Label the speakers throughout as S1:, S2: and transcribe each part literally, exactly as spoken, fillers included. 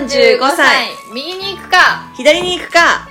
S1: んじゅうごさい、
S2: 右に行くか
S1: 左に行くか。
S2: わ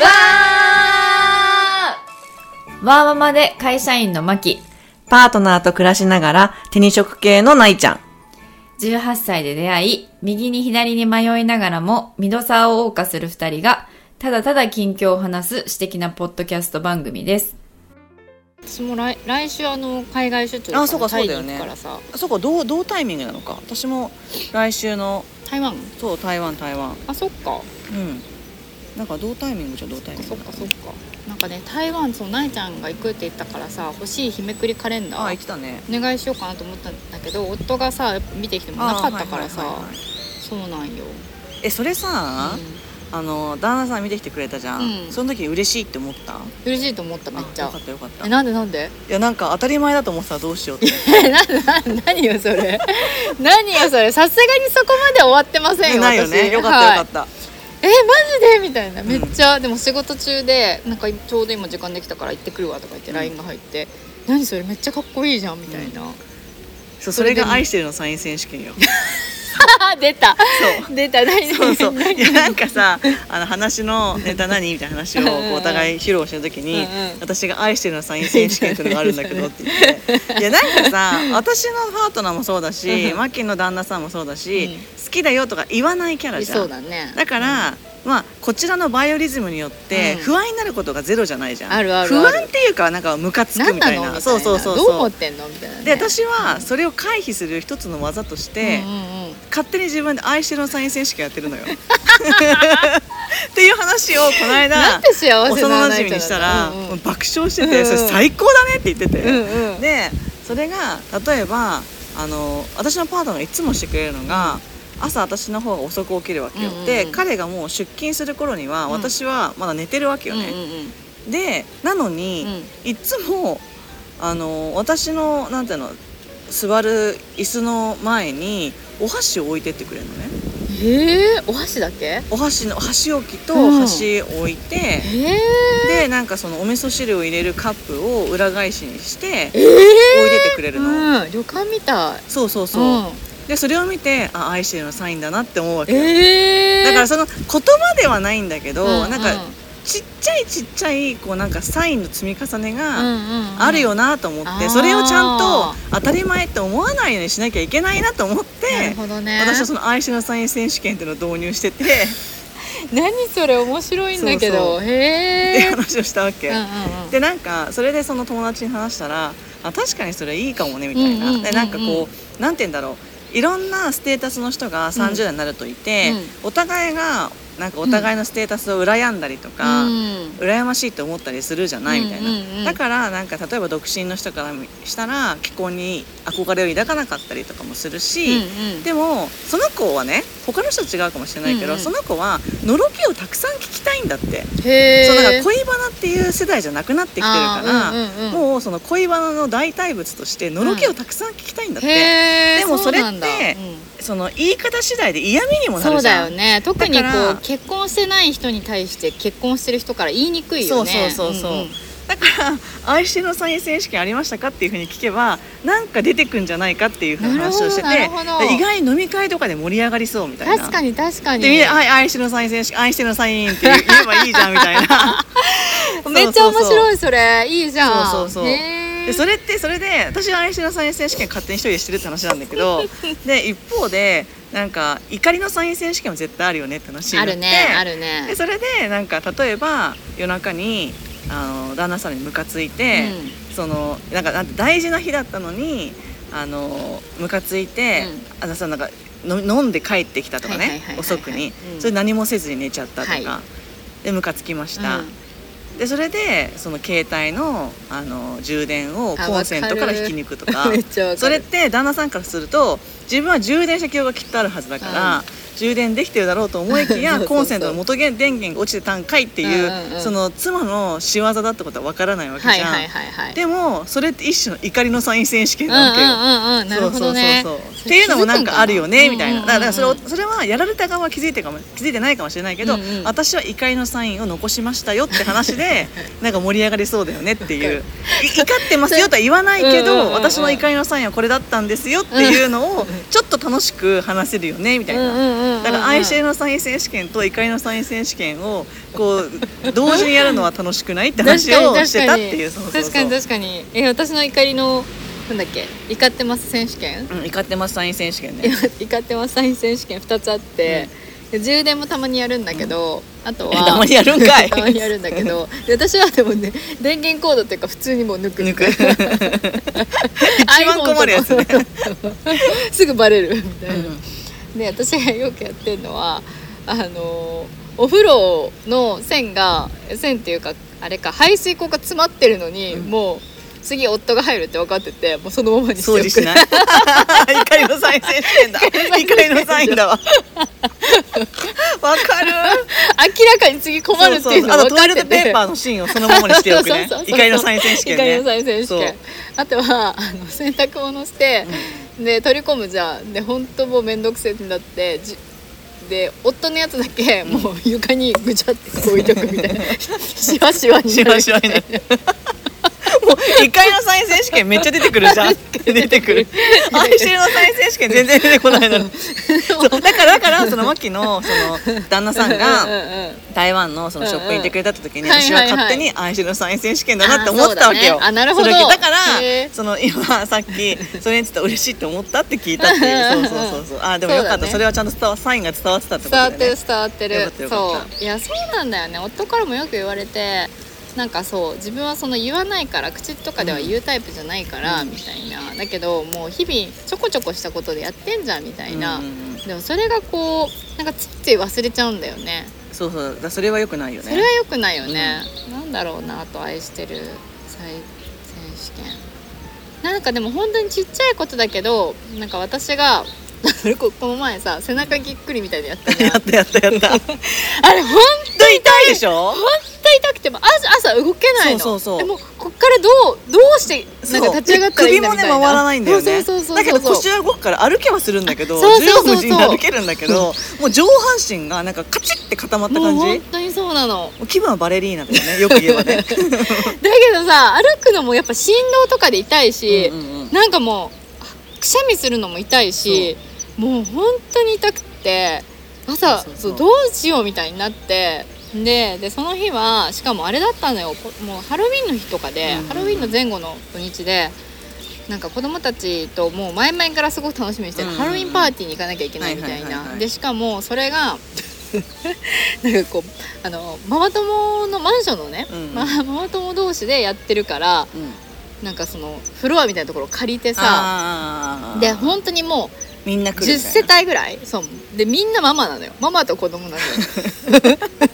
S2: ー
S3: ワーママで会社員のマキ、
S1: パートナーと暮らしながら手に職系のないちゃん。
S3: じゅうはっさいで出会い、右に左に迷いながらもミドサーを謳歌する二人がただただ近況を話す私的なポッドキャスト番組です。
S2: 私も 来, 来週あの海外出張
S1: あ、そうかそうだよね。
S2: タイに行くからさ。
S1: あ、そうか、同同タイミングなのか。私も来週の
S2: 台湾。
S1: そう台湾台湾。
S2: あ、そっか。
S1: うん。なんか同タイミングじゃ同タイミング。
S2: そっかそっか。なんかね、台湾、そうなえちゃんが行くって言ったからさ、欲しい日めくりカレンダー。
S1: あ、行きたね。
S2: お願いしようかなと思ったんだけど、夫がさ見てきてもなかったからさ、はいはいはいはい、そうなんよ。
S1: え、それさ、うん、あの旦那さん見てきてくれたじゃん、うん、その時嬉しいって思った？
S2: 嬉しいと思った。めっちゃ
S1: よかったよかった。
S2: え、なんでなんで？
S1: いや、なんか当たり前だと思ってたらどうしようってえ
S2: なな何よそれ何よそれ、さすがにそこまで終わってませんよ。
S1: ないよね。よかったよかった、はい、
S2: え、マジでみたいな。めっちゃ、うん、でも仕事中でなんかちょうど今時間できたから行ってくるわとか言って ライン が入って、うん、何それめっちゃかっこいいじゃんみたいな、うん、
S1: そう、それが愛してるのサイン選手権よ
S2: 出た
S1: そう
S2: 出た。何
S1: そうそう。いや、なんかさ、あの話のネタ何みたいな話をこうお互い披露した時に、うんうん、私が愛してるのサイン選手権っていうのがあるんだけどって言っていや、なんかさ、私のパートナーもそうだし、マキの旦那さんもそうだし、うん、好きだよとか言わないキャラじゃん。
S2: そうだね。
S1: だから、うん、まあ、こちらのバイオリズムによって不安になることがゼロじゃないじゃん、うん、
S2: あるあるある。
S1: 不安っていうか、なんかムカつくみたいな。そうそうそうそう。
S2: どう思ってんのみたいな、ね、
S1: で、私はそれを回避する一つの技として、うんうんうん、勝手に自分で愛してるのサイン選手権やってるのよっていう話をこの間
S2: なんて幸せな
S1: 幼馴染にしたら、うんうん、爆笑してて、それ最高だねって言ってて、うんうん、でそれが例えばあの私のパートナーがいつもしてくれるのが、朝私の方が遅く起きるわけよ、うんうんうん、で彼がもう出勤する頃には私はまだ寝てるわけよね、うんうんうん、でなのに、うん、いつもあの私のなんていうの座る椅子の前にお箸を置いてってくれるのね。
S2: へえ、お箸だけ？
S1: お箸の箸置きと箸置いて、うん、へでなんかそのお味噌汁を入れるカップを裏返しにして置いてってくれるの、
S2: うん、旅館みたい。
S1: そうそうそう、うん、でそれを見て、あ、愛してるのサインだなって思うわけよ、えー、だからその言葉ではないんだけど、うんうん、なんかちっちゃいちっちゃいこうなんかサインの積み重ねがあるよなと思って、うんうんうん、それをちゃんと当たり前って思わないようにしなきゃいけないなと思って、
S2: なるほどね、
S1: 私はその愛しのサイン選手権っていうのを導入してて
S2: 何それ面白いんだけど、そうそう、へーって
S1: 話をしたわけ、うんうんうん、でなんかそれでその友達に話したら、あ、確かにそれいいかもねみたいな、うんうんうんうん、でなんかこうなんて言うんだろう、いろんなステータスの人がさんじゅう代になるといて、うん、お互いがなんかお互いのステータスを羨んだりとか、うん、羨ましいと思ったりするじゃないみたいな、うんうんうん、だからなんか例えば独身の人からしたら結婚に憧れを抱かなかったりとかもするし、うんうん、でもその子はね、他の人は違うかもしれないけど、うんうん、その子はのろけをたくさん聞きたいんだって。へー。そう、だから恋バナっていう世代じゃなくなってきてるから、うんうんうん、もうその恋バナの代替物としてのろけをたくさん聞きたいんだって、うん、でもそれってその言い方次第で嫌味にもなるじゃん。
S2: そうだよね。特にこう結婚してない人に対して結婚してる人から言いにくいよね。
S1: そうそうそうそう、うんうん、だから愛してのサイン選手権ありましたかっていうふうに聞けばなんか出てくんじゃないかっていうふうな話をしてて、意外に飲み会とかで盛り上がりそうみたいな。
S2: 確かに確かに。
S1: で、愛してのサイン選手権、愛してのサインって言えばいいじゃんみたいな
S2: めっちゃ面白い。それいいじゃん。
S1: そうそうそう。でそれってそれで私は愛してのサイン選手権勝手に一人でしてるって話なんだけどで一方でなんか怒りのサイン選手権も絶対あるよねって話になって、
S2: あるねあるね。
S1: でそれでなんか例えば夜中にあの旦那さんにムカついて、うん、そのなんかなんて大事な日だったのにあのムカついて、うん、あのさなんかの飲んで帰ってきたとかね、遅くに、うん、それ何もせずに寝ちゃったとか、はい、でムカつきました、うん、でそれでその携帯 の, あの充電をコンセントから引き抜くとかそれって旦那さんからすると自分は充電した記憶がきっとあるはずだから、うん、充電できてるだろうと思いきやそうそうそうコンセントの元電源が落ちてたんかいっていう、うんうんうん、その妻の仕業だってことは分からないわけじゃん、はいはいはいはい、でもそれって一種の怒りのサイン選手権なわけよ、うんうんうんうん、なるほどね。そうそうそうそうっていうのもなんかあるよねみたいな。だからそれをそれはやられた側は気づいてかも気づいてないかもしれないけど、うんうん、私は怒りのサインを残しましたよって話ででなんか盛り上がりそうだよねっていう怒ってますよとは言わないけど、うんうんうんうん、私の怒りのサインはこれだったんですよっていうのをちょっと楽しく話せるよねみたいな。だから愛してるのサイン選手権と怒りのサイン選手権をこう同時にやるのは楽しくないって話をしてたっていう。そうそうそう、
S2: 確かに確かに。え私の怒りのなんだっけ怒ってます選手権、
S1: うん、怒ってますサイン選手権ね。
S2: 怒ってますサイン選手権ふたつあって、うん、充電もたまにやるんだけど、うん、あとは
S1: たまにやるんかい
S2: たまにやるんだけどで私はでもね電源コードっていうか普通にもう抜く抜く
S1: 一番困るやつね
S2: すぐバレるみたいな、うん、で私がよくやってるのはあのお風呂の線が線っていうかあれか排水口が詰まってるのに、うん、もう次夫が入るって分かっててもうそのままにしておく。
S1: 掃除しない怒りのサイン選手権だ怒りのサインだわわかる
S2: 明らかに次困るっていうの分かってて、そうそうそう、あの
S1: トイレットペーパーの芯をそのままにしておくねそうそうそうそう、怒りのサイン選手権ね。
S2: 怒りのサイン選手権。あとはあの洗濯物して、うん、で取り込むじゃんで本当もうめんどくせえになってじで夫のやつだけもう床にぐちゃって置いとくみたいなしわしわになるみたいな
S1: もう怒りのサイン選手権めっちゃ出てくるじゃん出てくる愛してるのサイン選手権全然出てこないのそうだからだからそのマキのその旦那さんが台湾のそのショップに行ってくれたって時に私は勝手に愛してるのサイン選手権だなって思ってたわけよ。
S2: あ、なるほど。
S1: だからその今さっきそれにつったら嬉しいって思ったって聞いたっていうそうそうそうそう。あでもよかった そ,、ね、それはちゃんと伝わサインが伝わってたってことだよね。
S2: 伝わってる伝わってる。そういやそうなんだよね。夫からもよく言われてなんかそう自分はその言わないから口とかでは言うタイプじゃないから、うん、みたいなだけどもう日々ちょこちょこしたことでやってんじゃんみたいな、うん、でもそれがこうなんかついつい忘れちゃうんだよね。
S1: そうそうだそれは良くないよね。
S2: それは良くないよね、うん、なんだろうなと愛してる再選手権なんかでも本当にちっちゃいことだけどなんか私がこの前さ背中ぎっくりみたいでやったじゃん
S1: やったやったやった
S2: あれ本当に
S1: 痛いでしょ。
S2: 本当痛くても朝動けないの。
S1: そうそうそう
S2: でもこっからどうどうしてなんか立ち上がったらいいんだみたいな。
S1: 首もね回らないんだよね。
S2: そうそうそうそう
S1: だけど腰は動くから歩けはするんだけど
S2: そうそうそうそう
S1: 縦横無尽に歩けるんだけどもう上半身がなんかカチッて固まった感じ。
S2: もう本当にそうなの。
S1: 気分はバレリーナだよねよく言えばねだけ
S2: どさ歩くのもやっぱ振動とかで痛いし、うんうんうん、なんかもうくしゃみするのも痛いしもう本当に痛くて朝そうそうそうどうしようみたいになってで, でその日はしかもあれだったのよもうハロウィンの日とかで、うんうんうん、ハロウィンの前後の土日でなんか子供たちともう前々からすごく楽しみにしてる、うんうんうん、ハロウィンパーティーに行かなきゃいけないみたいな、はいはいはいはい、でしかもそれがなんかこうあのママ友のマンションのね、うんうんま、ママ友同士でやってるから、うん、なんかそのフロアみたいなところを借りてさで本当にもう
S1: みんな来る
S2: じゅっせたいぐらいそうでみんなママなのよママと子供なのよ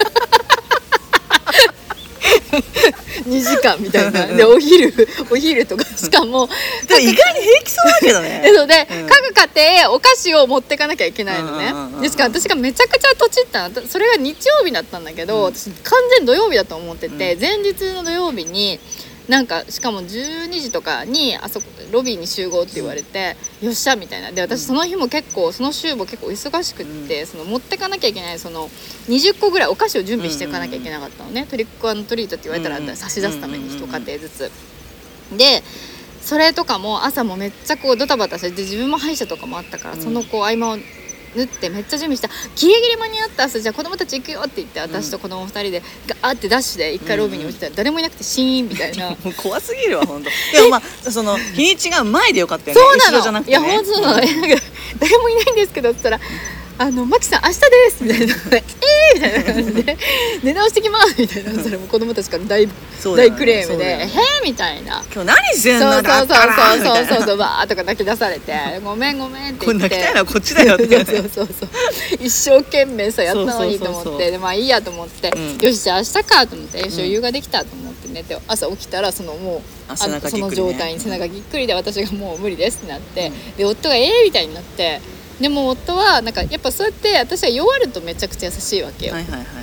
S2: にじかんみたいなでお昼お昼とかしかも
S1: でも意外に平気そうだけどね
S2: で, そうで、うん、各家庭お菓子を持ってかなきゃいけないのね、うんうんうんうん、ですから私がめちゃくちゃとちったのそれが日曜日だったんだけど、うん、私完全土曜日だと思ってて、うん、前日の土曜日になんかしかもじゅうにじとかにあそこロビーに集合って言われて、うん、よっしゃみたいなで私その日も結構その週も結構忙しくって、うん、その持ってかなきゃいけないそのにじゅっこぐらいお菓子を準備していかなきゃいけなかったのね、うんうん、トリック&トリートって言われたら、うん、差し出すために一家庭ずつでそれとかも朝もめっちゃこうドタバタしてで自分も歯医者とかもあったから、うん、そのこう合間を縫ってめっちゃ準備したギリギリ間に合った朝じゃあ子供たち行くよって言って私と子供ふたりでガーってダッシュで一回ロビーに落ちたら誰もいなくてシーンみたいな、
S1: もう怖すぎるわ本当。でもまあその日にちが前でよかったよね。
S2: そうなの
S1: 後ろじゃなくてね。
S2: いや本当そうなの、うん、なんか誰もいないんですけどって言ったらあのマキさん明日ですみたいなえーみたいな感じで寝直してきますみたいなそれも子供たちから 大, 大クレームでえーみたいな
S1: 今日何してんの
S2: そうそうそうそうそうそうバーとか泣き出されてごめんごめんって言って
S1: こんな来たいのはこっちだよって
S2: そうそうそう一生懸命さやったのにと思ってでまあいいやと思って、うん、よしじゃあ明日かと思ってよし余裕ができたと思って寝て朝起きたらそのもうあ
S1: 背中ぎっくりね、
S2: その状態に背中ぎっくりで私がもう無理ですってなって、うん、で夫がえーみたいになってでも夫はなんかやっぱそうやって私は弱るとめちゃくちゃ優しいわけよ、
S1: はいはいはいはい、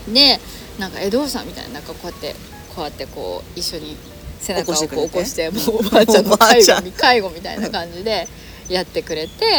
S2: でなんかえどうしたみたいななんかこうやってこうやってこう一緒に背中をこう起こしてもうおばあちゃんの介護み介護みたいな感じでやってくれて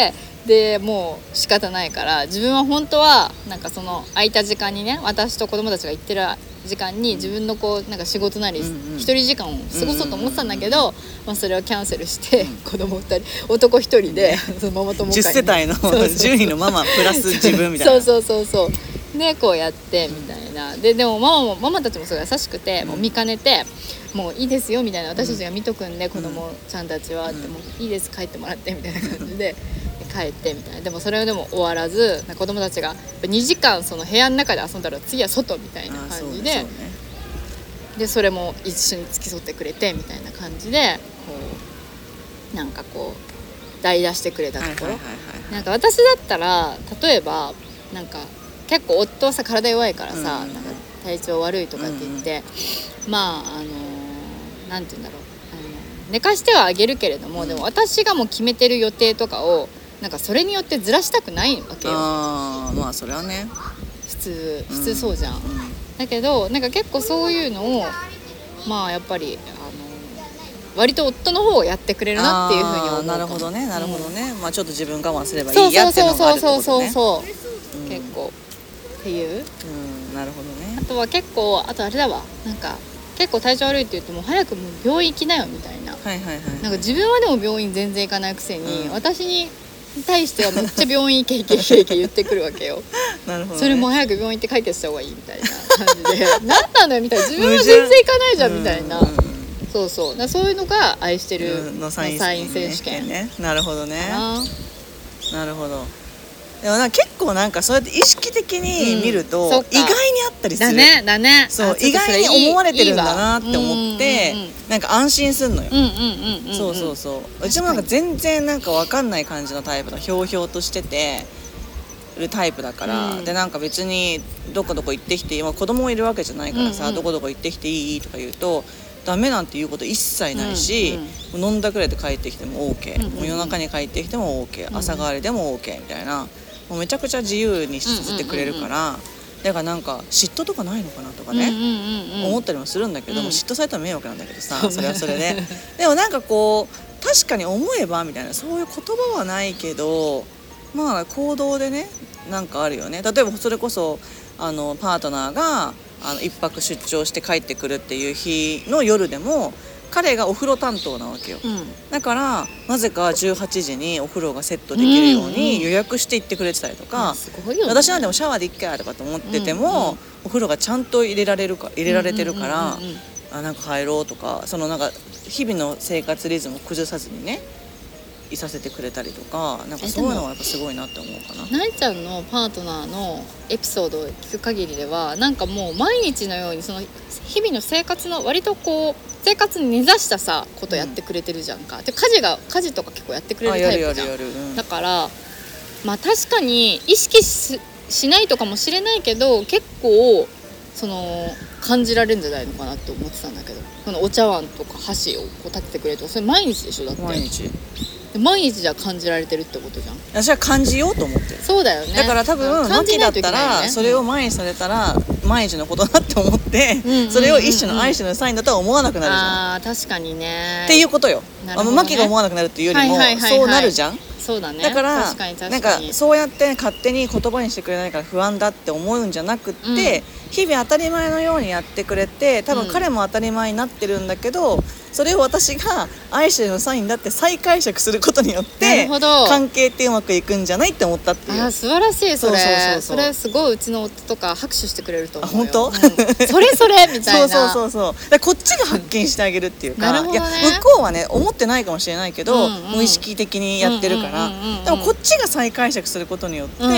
S2: でもう仕方ないから自分は本当はなんかその空いた時間にね私と子供たちが行ってる時間に自分のこうなんか仕事なり一人時間を過ごそうと思ってたんだけど、まあ、それをキャンセルして子供ふたり男ひとりでそのママ友会に
S1: じゅっせたいのじゅうにんのママプラス自分みたいな
S2: そうそうそうそうでこうやってみたいなででもママもママたちもすごい優しくてもう見かねてもういいですよみたいな私たちが見とくんで子供ちゃんたちはってもういいです帰ってもらってみたいな感じで帰ってみたいなでもそれでも終わらず子供たちがにじかんその部屋の中で遊んだら次は外みたいな感じで そ,、ねそ, でそれも一緒に付き添ってくれてみたいな感じでこうなんかこう代打してくれたところなんか私だったら例えばなんか結構夫はさ体弱いからさ、うん、なんか体調悪いとかって言って、うん、まああのー、なんて言うんだろうあの寝かしてはあげるけれども、うん、でも私がもう決めてる予定とかをなんかそれによってずらしたくないわけよ。
S1: あまあそれはね
S2: 普通普通そうじゃん、うんうん、だけどなんか結構そういうのをまあやっぱりあの割と夫の方をやってくれるなっていうふうに思う。
S1: なるほどねなるほどね、うん、まあちょっと自分我慢すればいいやっていうのがあるってことね。
S2: そうそうそうそうそう、うん、結構っていう、
S1: うん、なるほどね。
S2: あとは結構あとあれだわなんか結構体調悪いって言っても早くもう病院行きなよみたいな、
S1: はいはいはいはい、
S2: なんか自分はでも病院全然行かないくせに、うん、私に対してはめっちゃ病院行け行け行け行け言ってくるわけよ
S1: なるほど、ね、
S2: それも早く病院行って解決した方がいいみたいな感じで何なんだよみたいな自分は全然行かないじゃんみたいな、うんうん、そうそうだそういうのが愛してるのサイン選手権、
S1: ね、なるほどねなるほど。でもなんか結構なんかそうやって意識的に見ると、うん、意外にあったりする。
S2: だねだね。
S1: そう意外に思われてるんだなって思ってなんか安心すんのよ。そうそうそううちもなんか全然なんか分かんない感じのタイプのひょうひょうとしててるタイプだから、うん、でなんか別にどこどこ行ってきて今子供いるわけじゃないからさ、うんうん、どこどこ行ってきていいとか言うとダメなんていうこと一切ないし、うんうん、飲んだくらいで帰ってきても OK、うんうん、もう夜中に帰ってきても OK、うん、朝帰りでも OK みたいなもうめちゃくちゃ自由にさせてくれるから、うんうんうんうん、だからなんか嫉妬とかないのかなとかね、うんうんうん、思ったりもするんだけど、うん、嫉妬されたら迷惑なんだけどさ、それはそれででもなんかこう確かに思えばみたいなそういう言葉はないけどまあ行動でねなんかあるよね。例えばそれこそあのパートナーがあの一泊出張して帰ってくるっていう日の夜でも彼がお風呂担当なわけよ、うん、だからなぜかじゅうはちじにお風呂がセットできるように予約して行ってくれてたりとか、うんうん、私なんでもシャワーで行っかとかと思ってても、うんうん、お風呂がちゃんと入れられるか入れられてるから、うんうんうんうん、あなんか入ろうとかそのなんか日々の生活リズムを崩さずにねいさせてくれたりとかなんかそういうのはやっぱすごいなって思うかな。
S2: なえちゃんのパートナーのエピソードを聞く限りではなんかもう毎日のようにその日々の生活の割とこう生活に根ざしたさことやってくれてるじゃんか、うん、で家事が家事とか結構やってくれるタイプじゃん、うん、だからまあ確かに意識 し, しないとかもしれないけど結構その感じられるんじゃないのかなって思ってたんだけどこのお茶碗とか箸をこう立ててくれるとそれ毎日でしょだって
S1: 毎日
S2: 毎日じゃ感じられてるってことじゃん。
S1: 私は感じようと思ってる。
S2: そうだよね。
S1: だから多分マキだったら、ね、それを前にされたら毎日のことだって思って、うんうんうんうん、それを一種の愛してのサインだとは思わなくなるじゃん。
S2: あ確かにね
S1: っていうことよ、ね、あのマキが思わなくなるっていうよりも、はいはいはいはい、そうなるじゃん。
S2: そうだね。
S1: だから
S2: 確かに確かに
S1: なんかそうやって勝手に言葉にしてくれないから不安だって思うんじゃなくって、うん、日々当たり前のようにやってくれて多分彼も当たり前になってるんだけど、うん、それを私が愛してるのサインだって再解釈することによって関係ってうまくいくんじゃないって思ったっていう。
S2: あ素晴らしいそれ。そうそうそうそうそれすごいうちの夫とか拍手してくれると思うよ。
S1: あ本当、うん、
S2: それそれみたいな。
S1: そうそうそうそうだこっちが発見してあげるっていうか、
S2: うん、
S1: いや向こうはね思ってないかもしれないけど、うんうん、無意識的にやってるから、うんうんうんうん、でもこっちが再解釈することによって、うんうんうんうん、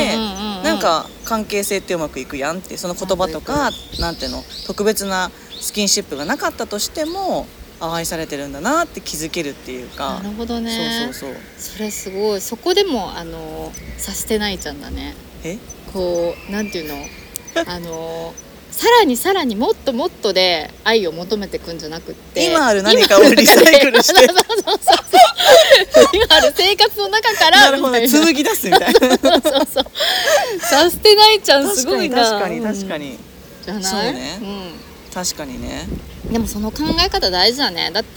S1: なんか関係性ってうまくいくやんってその言葉とかなんていうの特別なスキンシップがなかったとしても愛されてるんだなって気づけるっていうか。
S2: なるほどね。
S1: そうそうそう
S2: それすごい。そこでもあのさせてないちゃんだね。
S1: え
S2: こうなんていうのあのさらにさらにもっともっとで愛を求めていくんじゃなくって
S1: 今ある何かをリサイクルして
S2: そうそうそうそう今ある生活の中から
S1: なるほど紡ぎ出すみたいなそうそうそう
S2: させてないちゃんすごいな。
S1: 確かに確かに確かに、うん、
S2: じゃない
S1: そうね、
S2: うん、
S1: 確かにね。
S2: でもその考え方大事だね。だって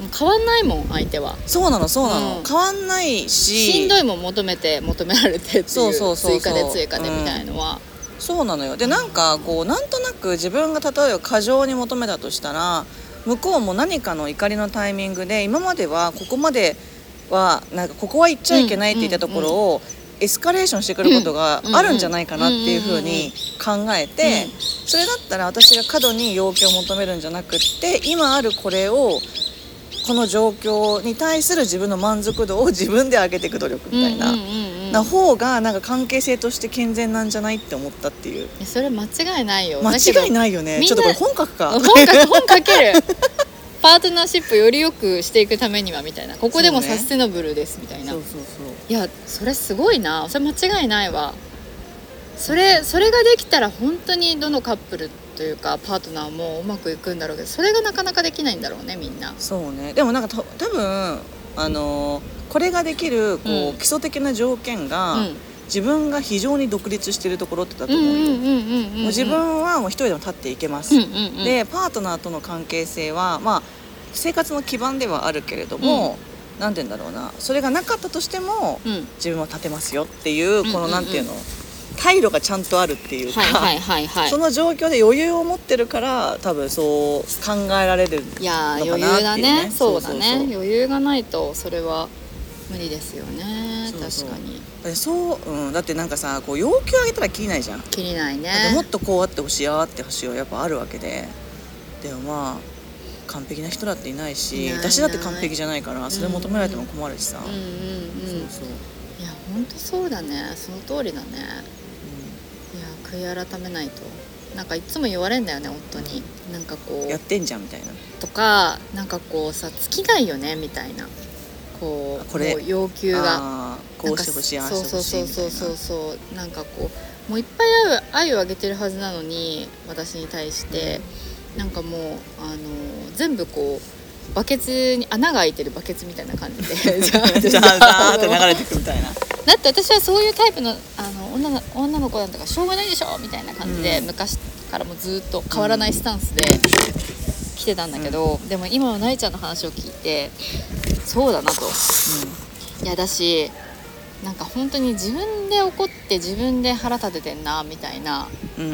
S2: 変わんないもん相手は。
S1: そうなのそうなの、
S2: うん、
S1: 変わんないし
S2: しんどいもん求めて求められてっていう、
S1: そうそうそうそう
S2: 追加で追加でみたいのは、
S1: うん、そうなのよ。でなんかこうなんとなく自分が例えば過剰に求めたとしたら向こうも何かの怒りのタイミングで今まではここまではなんかここは行っちゃいけないって言ったところをエスカレーションしてくることがあるんじゃないかなっていうふうに考えて、それだったら私が過度に要求を求めるんじゃなくって今あるこれをこの状況に対する自分の満足度を自分で上げていく努力みたいな、うんうんうんうん、な方がなんか関係性として健全なんじゃないって思ったっていう。
S2: それ間違いないよ。
S1: 間違いないよね。ちょっとこれ本書くか。
S2: 本書く本書けるパートナーシップよりよくしていくためにはみたいな、ここでもサステナブルですみたいな。そうね、そうそうそう。いやそれすごいな。それ間違いないわ。それそれができたら本当にどのカップルというかパートナーもうまくいくんだろうけど、それがなかなかできないんだろうねみんな。
S1: そうね。でもなんかた多分あのこれができるこう、うん、基礎的な条件が、うん、自分が非常に独立しているところってだと思うよ。自分はもう一人でも立っていけます、うんうんうん、でパートナーとの関係性はまあ生活の基盤ではあるけれども、うん、なんて言うんだろうな、それがなかったとしても、うん、自分は立てますよっていう、うん、このなんていうの、態度がちゃんとあるっていうか、はいはいはいはい、その状況で余裕を持ってるから多分そう考えられるのかなっていうね。いや余
S2: 裕だね。そうだね。そうそうそう、余裕がないとそれは無理ですよね。そうそう、確かに。
S1: そう、うん、だってなんかさこう要求上げたらきりないじゃん。
S2: きりないね。
S1: だってもっとこうあってほしいああってほしいはやっぱあるわけで、でもまあ完璧な人だっていないし、ないない私だって完璧じゃないからそれ求められても困るしさ、うんうんうん、そうそう、
S2: いや本当そうだね。その通りだね、うん、いや悔い改めないと。なんかいつも言われんだよね夫に、なんかこう
S1: やってんじゃんみたいな
S2: とか、なんかこうさ尽きないよねみたいな、こうこれもう要求が
S1: こうしてほしいああしてほしいみたいな、
S2: そうそうそうそう、なんかこうもういっぱい愛をあげてるはずなのに私に対して、うん、なんかもうあの全部こうバケツに穴が開いてるバケツみたいな感じでじゃあ
S1: じゃあって流れてくみたいな。
S2: だって私はそういうタイプの、あの 女の、女の子なんとかしょうがないでしょみたいな感じで、うん、昔からもずっと変わらないスタンスで来てたんだけど、うん、でも今はなえちゃんの話を聞いてそうだなと、うん、いやだしなんか本当に自分で怒って自分で腹立ててんなみたいな、うん、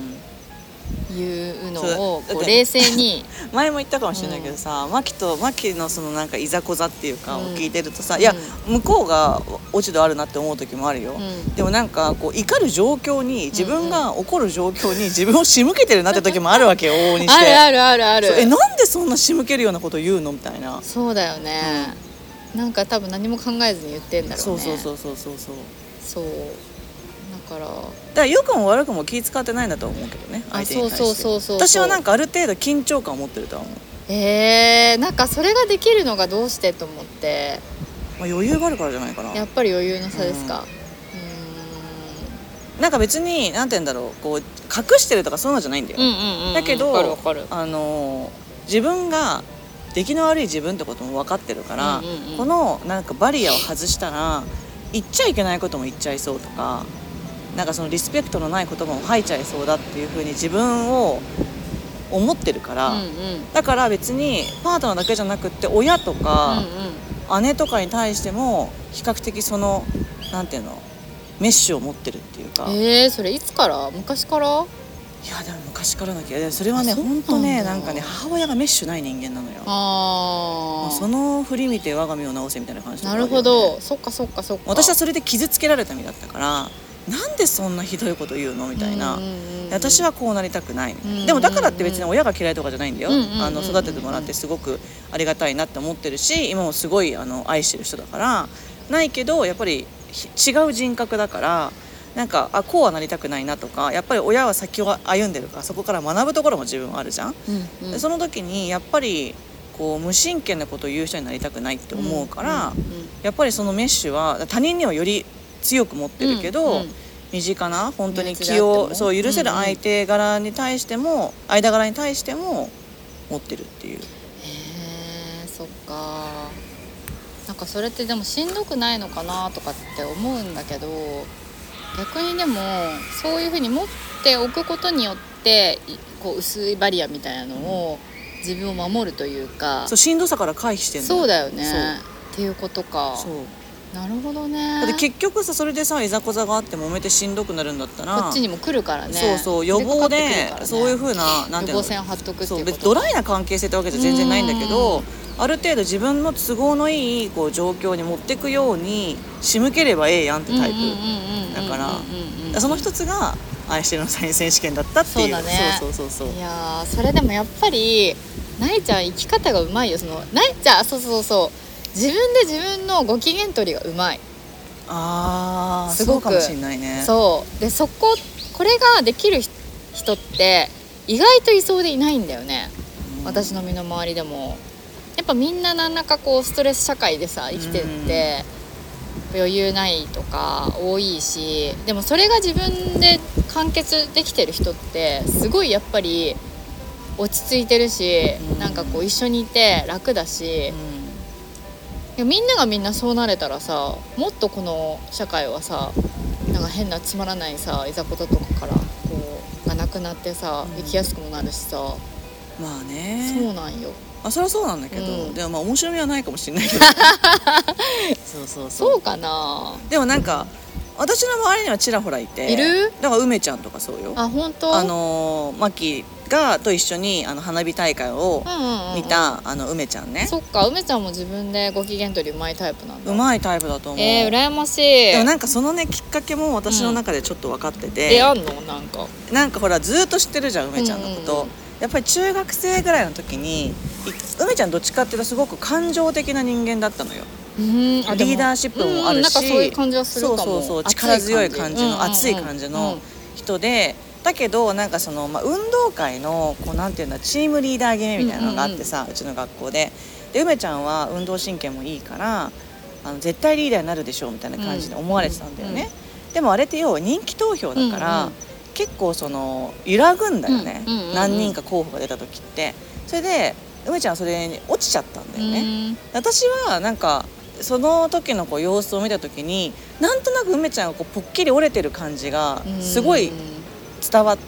S2: いうのをこう冷静に
S1: 前も言ったかもしれないけどさ、うん、マキとマキのそのなんかいざこざっていうかを聞いてるとさ、うん、いや向こうが落ち度あるなって思う時もあるよ、うん、でもなんかこう怒る状況に自分が怒る状況に自分を仕向けてるなって時もあるわけよ往々にして。
S2: あるあるあるある。
S1: えなんでそんな仕向けるようなこと言うのみたいな。
S2: そうだよね、うん、なんか多分何も考えずに言ってんだろうね。
S1: そうそうそうそうそう
S2: そうだからだか
S1: ら良くも悪くも気使ってないんだと思うけどね、相手に対して。そうそうそうそう、私はなんかある程度緊張感を持ってるとは思う。
S2: えー、なんかそれができるのがどうしてと思って、
S1: まあ、余裕があるからじゃないかな。
S2: やっぱり余裕の差ですか。
S1: うん、なんか別になんて言うんだろう、こう隠してるとかそういうのじゃないんだよ、うんうんうんうん、だけど
S2: わかるわかる、
S1: あの自分が出来の悪い自分ってことも分かってるから、うんうんうん、このなんかバリアを外したら言っちゃいけないことも言っちゃいそうとか、なんかそのリスペクトのない言葉も吐いちゃいそうだっていう風に自分を思ってるから、うんうん、だから別にパートナーだけじゃなくって親とか、うんうん、姉とかに対しても比較的そのなんていうのメッシュを持ってるっていうか。
S2: えー、それいつから？昔から？
S1: いやでも昔からだけど、それはね本当ねなんかね母親がメッシュない人間なのよ。あ、その振り見て我が身を直せみたいな感じで、ね、
S2: なるほど、そっかそっかそっか。
S1: 私はそれで傷つけられた身だったから、なんでそんなひどいこと言うのみたいな、うんうんうん、私はこうなりたくない、うんうんうん、でもだからって別に親が嫌いとかじゃないんだよ、うんうんうんうん、あの育ててもらってすごくありがたいなって思ってるし、今もすごいあの愛してる人だからないけど、やっぱり違う人格だから、なんかあこうはなりたくないなとか、やっぱり親は先を歩んでるからそこから学ぶところも自分はあるじゃん、うんうん、でその時にやっぱりこう無神経なことを言う人になりたくないって思うから、うんうんうん、やっぱりそのメッシュは他人にはより強く持ってるけど、うんうん、身近な本当に気をそう許せる相手柄に対しても、うんうん、間柄に対しても持ってるっていう。へ
S2: え、そっか。なんかそれってでもしんどくないのかなとかって思うんだけど、逆にでもそういう風に持っておくことによってこう薄いバリアみたいなのを自分を守るというか、
S1: そうしんどさから回避してんだよ。
S2: そうだよねっていうことか。
S1: そう
S2: なるほどね。
S1: だって結局さそれでさいざこざがあって揉めてしんどくなるんだったら
S2: こっちにも来るからね。
S1: そうそう予防で、
S2: ね、
S1: そういう風ななんていうの
S2: 予防線を張っとくっていうこと。
S1: そう別にドライな関係性ってわけじゃ全然ないんだけど、ある程度自分の都合のいいこう状況に持っていくように仕向ければええやんってタイプだからその一つが愛してるのサイン選手権だったっていう。
S2: そうだね。
S1: そうそうそうそう。
S2: いやそれでもやっぱりなえちゃん生き方がうまいよ。そのなえちゃんそうそうそう自分で自分のご機嫌取りがうまい。
S1: ああそうかもしんないね。
S2: そうでそここれができる人って意外といそうでいないんだよね、うん、私の身の回りでもやっぱみんな何らかこうストレス社会でさ生きてって、うん、余裕ないとか多いし、でもそれが自分で完結できてる人ってすごいやっぱり落ち着いてるし、うん、なんかこう一緒にいて楽だし、うんいやみんながみんなそうなれたらさもっとこの社会はさなんか変なつまらないさいざこざとかからこうがなくなってさ、うん、生きやすくもなるしさ。
S1: まあね
S2: そうなんよ。
S1: あそれはそうなんだけど、うん、でもまあ面白みはないかもしれないけどそうそうそう
S2: そうかな。
S1: でもなんか私の周りにはちらほらいて
S2: いる
S1: だから梅ちゃんとかそうよ。
S2: あ本当。
S1: あのマキがと一緒にあの花火大会を見た、うんうんうん、あの梅ちゃんね。
S2: そっか梅ちゃんも自分でご機嫌取りうまいタイプなんだ。
S1: うまいタイプだと思う。
S2: えー、羨ましい。
S1: でもなんかそのねきっかけも私の中でちょっと分かってて、
S2: うん、えあんのなんか
S1: なんかほらずっと知ってるじゃん梅ちゃんのこと、うんうんうん、やっぱり中学生ぐらいの時に梅ちゃんどっちかっていうとすごく感情的な人間だったのよ。うん、リーダーシップもあるし、うん、なんかそういう感じはするかも。そうそうそう力強い感じの熱い感じの人で、だけどなんかその、まあ、運動会のこうなんていうんだチームリーダー決めみたいなのがあってさ、うんうんうん、うちの学校でで梅ちゃんは運動神経もいいからあの絶対リーダーになるでしょうみたいな感じで思われてたんだよね、うんうん、でもあれって要は人気投票だから、うんうん、結構その揺らぐんだよね、うんうんうんうん、何人か候補が出た時って。それで梅ちゃんはそれに落ちちゃったんだよね、うん、私はなんかその時のこう様子を見た時になんとなく梅ちゃんがこうポッキリ折れてる感じがすごい伝わって、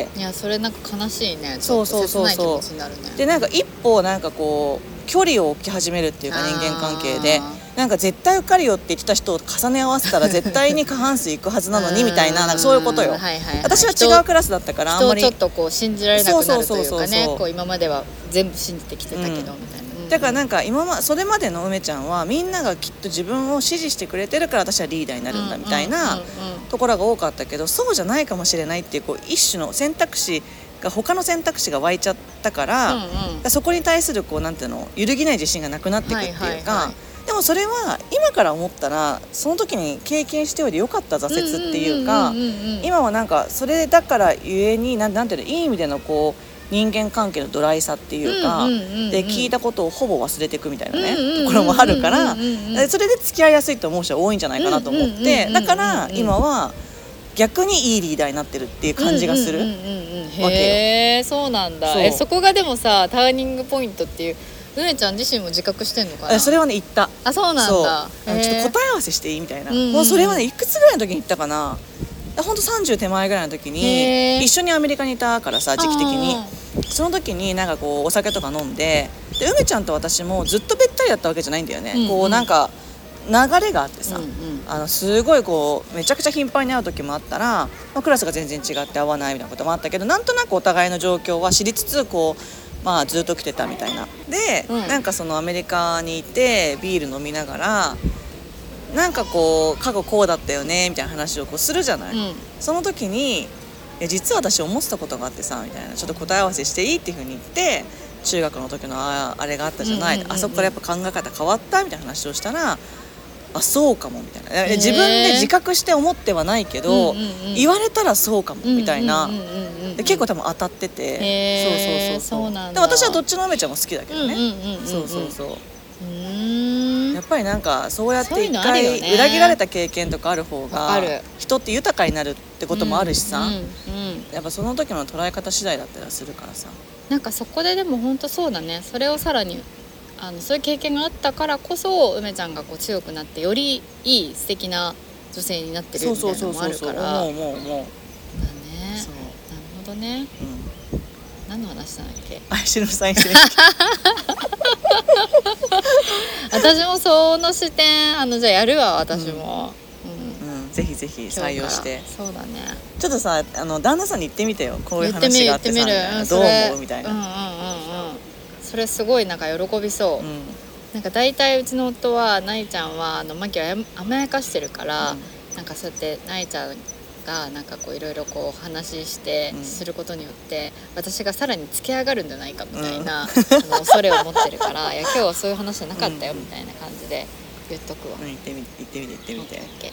S2: いやそれなんか悲しいね。
S1: そうそうそうそう。でなんか一歩なんかこう距離を置き始めるっていうか人間関係でなんか絶対受かるよって言ってた人を重ね合わせたら絶対に過半数いくはずなのにみたいな、 なんかそういうことよ、はいはいはい、私は違うクラスだったからあんまり
S2: 人をちょっとこう信じられなくなるというかね、こう今までは全部信じてきてたけど、うん、みたいな。
S1: だからなんか今まそれまでの梅ちゃんはみんながきっと自分を支持してくれてるから私はリーダーになるんだみたいなところが多かったけど、そうじゃないかもしれないっていう、こう一種の選択肢が他の選択肢が湧いちゃったから、うんうん、そこに対するこうなんていうの揺るぎない自信がなくなっていくっていうか、はいはいはい、でもそれは今から思ったらその時に経験しておいてよかった挫折っていうか、今はなんかそれだからゆえになんなんていうのいい意味でのこう人間関係のドライさっていうか、うんうんうんうん、で聞いたことをほぼ忘れていくみたいなね、うんうんうんうん、ところもあるから、それで付き合いやすいと思う人は多いんじゃないかなと思って、だから今は逆にいいリーダーになってるっていう感じがするわけよ。
S2: へーそうなんだ。 そ, えそこがでもさターニングポイントっていう梅ちゃん自身も自覚してんのかな。
S1: それはね言った。
S2: あそうなんだ。
S1: ちょっと答え合わせしていいみたいな、うんうん、もうそれはねいくつぐらいの時に言ったかな。ほんとさんじゅう手前ぐらいの時に一緒にアメリカにいたからさ時期的にその時になんかこうお酒とか飲んで、で梅ちゃんと私もずっとべったりだったわけじゃないんだよね、うんうん、こうなんか流れがあってさ、うんうん、あのすごいこうめちゃくちゃ頻繁に会う時もあったら、まあ、クラスが全然違って会わないみたいなこともあったけど、なんとなくお互いの状況は知りつつこうまあずっと来てたみたいなで、うん、なんかそのアメリカにいてビール飲みながらなんかこう過去こうだったよねみたいな話をこうするじゃない、うん、その時に実は私思ってたことがあってさみたいな、ちょっと答え合わせしていいっていう風に言って、中学の時の あ, あれがあったじゃない、うんうんうんうん、あそこからやっぱ考え方変わったみたいな話をしたら、あそうかもみたいな、自分で自覚して思ってはないけど、うんうんうん、言われたらそうかもみたいな、で結構多分当たってて、そうそうそうそう、そうなんだ。で私はどっちの梅ちゃんも好きだけどね、うんうんうんうん、そうそうそう、うーんやっぱりなんかそうやって一回裏切られた経験とかある方が人って豊かになるってこともあるしさ、うんうんうん、やっぱその時の捉え方次第だったりするからさ、
S2: なんかそこででも本当そうだね、それをさらにあのそういう経験があったからこそ梅ちゃんがこう強くなってよりいい素敵な女性になってるみたいなのもあるから、
S1: もうもうもうだね、
S2: そうなるほどね、
S1: うん、
S2: 何の話したんだっけ。
S1: アイシのサインして
S2: 私もその視点あのじゃあやるわ私も、
S1: うんうん、ぜひぜひ採用して。
S2: そうだね。
S1: ちょっとさあの旦那さんに言ってみてよ、こういう話があってさみたいな、どう思うみたいな。
S2: うんうんうんうん、それすごいなんか喜びそう、うん、なんか大体うちの夫はないちゃんはあのマキを甘やかしてるから、うん、なんかそうやってないちゃんがなんかこういろいろこう話してすることによって、うん、私がさらにつけ上がるんじゃないかみたいな、うん、あの恐れを持ってるからいや今日はそういう話じゃなかったよみたいな感じで言っとくわ、うん、
S1: 言ってみて言ってみて言ってみて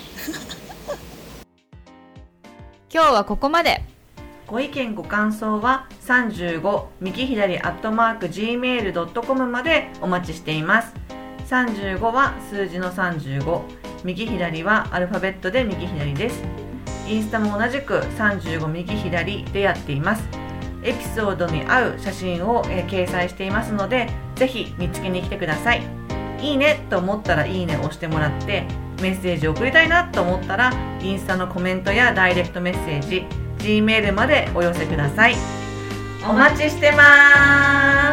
S3: 今日はここまで。
S1: ご意見ご感想はさんじゅうご右左アットマーク ジーメールドットコム までお待ちしています。さんじゅうごは数字のさんじゅうご、右左はアルファベットで右左です。インスタも同じくさんじゅうご右左でやっています。エピソードに合う写真を、えー、掲載していますので、ぜひ見つけに来てください。いいねと思ったらいいねを押してもらって、メッセージを送りたいなと思ったらインスタのコメントやダイレクトメッセージ、G メールまでお寄せください。お待ちしてます。